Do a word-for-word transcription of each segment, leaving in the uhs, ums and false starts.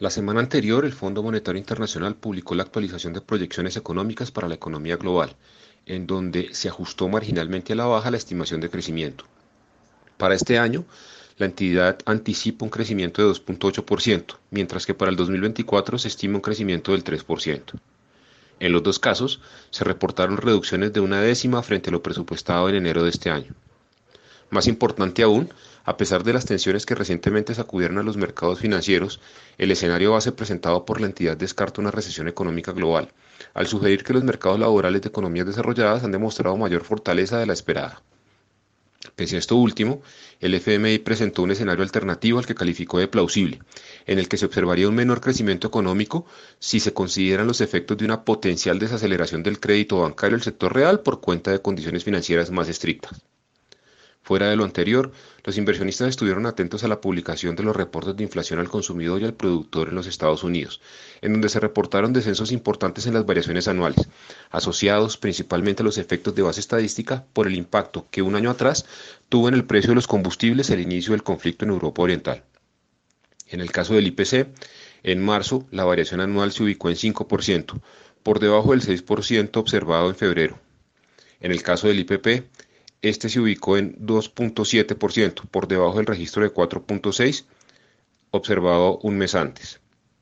La semana anterior, el Fondo Monetario Internacional publicó la actualización de proyecciones económicas para la economía global, en donde se ajustó marginalmente a la baja la estimación de crecimiento. Para este año, la entidad anticipa un crecimiento de dos punto ocho por ciento, mientras que para el dos mil veinticuatro se estima un crecimiento del tres por ciento. En los dos casos, se reportaron reducciones de una décima frente a lo presupuestado en enero de este año. Más importante aún, a pesar de las tensiones que recientemente sacudieron a los mercados financieros, el escenario base presentado por la entidad descarta una recesión económica global, al sugerir que los mercados laborales de economías desarrolladas han demostrado mayor fortaleza de la esperada. Pese a esto último, el F M I presentó un escenario alternativo al que calificó de plausible, en el que se observaría un menor crecimiento económico si se consideran los efectos de una potencial desaceleración del crédito bancario al sector real por cuenta de condiciones financieras más estrictas. Fuera de lo anterior, los inversionistas estuvieron atentos a la publicación de los reportes de inflación al consumidor y al productor en los Estados Unidos, en donde se reportaron descensos importantes en las variaciones anuales, asociados principalmente a los efectos de base estadística por el impacto que un año atrás tuvo en el precio de los combustibles el inicio del conflicto en Europa Oriental. En el caso del I P C, en marzo la variación anual se ubicó en cinco por ciento, por debajo del seis por ciento observado en febrero. En el caso del I P P, este se ubicó en dos punto siete por ciento, por debajo del registro de cuatro punto seis por ciento observado un mes antes.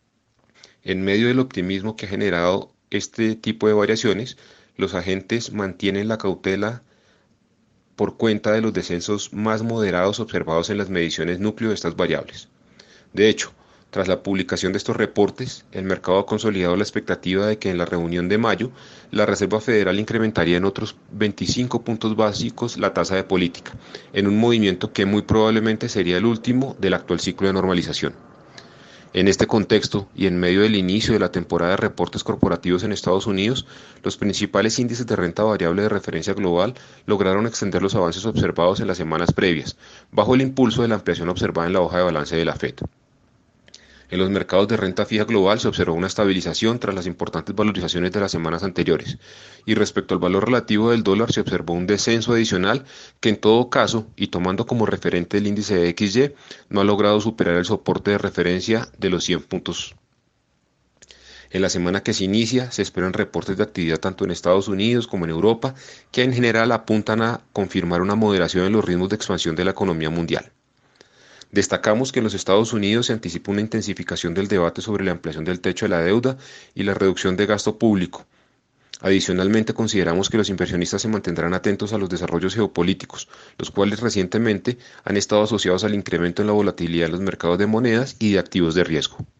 En medio del optimismo que ha generado este tipo de variaciones, los agentes mantienen la cautela por cuenta de los descensos más moderados observados en las mediciones núcleo de estas variables. De hecho, tras la publicación de estos reportes, el mercado ha consolidado la expectativa de que en la reunión de mayo la Reserva Federal incrementaría en otros veinticinco puntos básicos la tasa de política, en un movimiento que muy probablemente sería el último del actual ciclo de normalización. En este contexto, y en medio del inicio de la temporada de reportes corporativos en Estados Unidos, los principales índices de renta variable de referencia global lograron extender los avances observados en las semanas previas, bajo el impulso de la ampliación observada en la hoja de balance de la Fed. En los mercados de renta fija global se observó una estabilización tras las importantes valorizaciones de las semanas anteriores, y respecto al valor relativo del dólar se observó un descenso adicional que en todo caso, y tomando como referente el índice de X Y, no ha logrado superar el soporte de referencia de los cien puntos. En la semana que se inicia se esperan reportes de actividad tanto en Estados Unidos como en Europa, que en general apuntan a confirmar una moderación en los ritmos de expansión de la economía mundial. Destacamos que en los Estados Unidos se anticipa una intensificación del debate sobre la ampliación del techo de la deuda y la reducción de gasto público. Adicionalmente, consideramos que los inversionistas se mantendrán atentos a los desarrollos geopolíticos, los cuales recientemente han estado asociados al incremento en la volatilidad de los mercados de monedas y de activos de riesgo.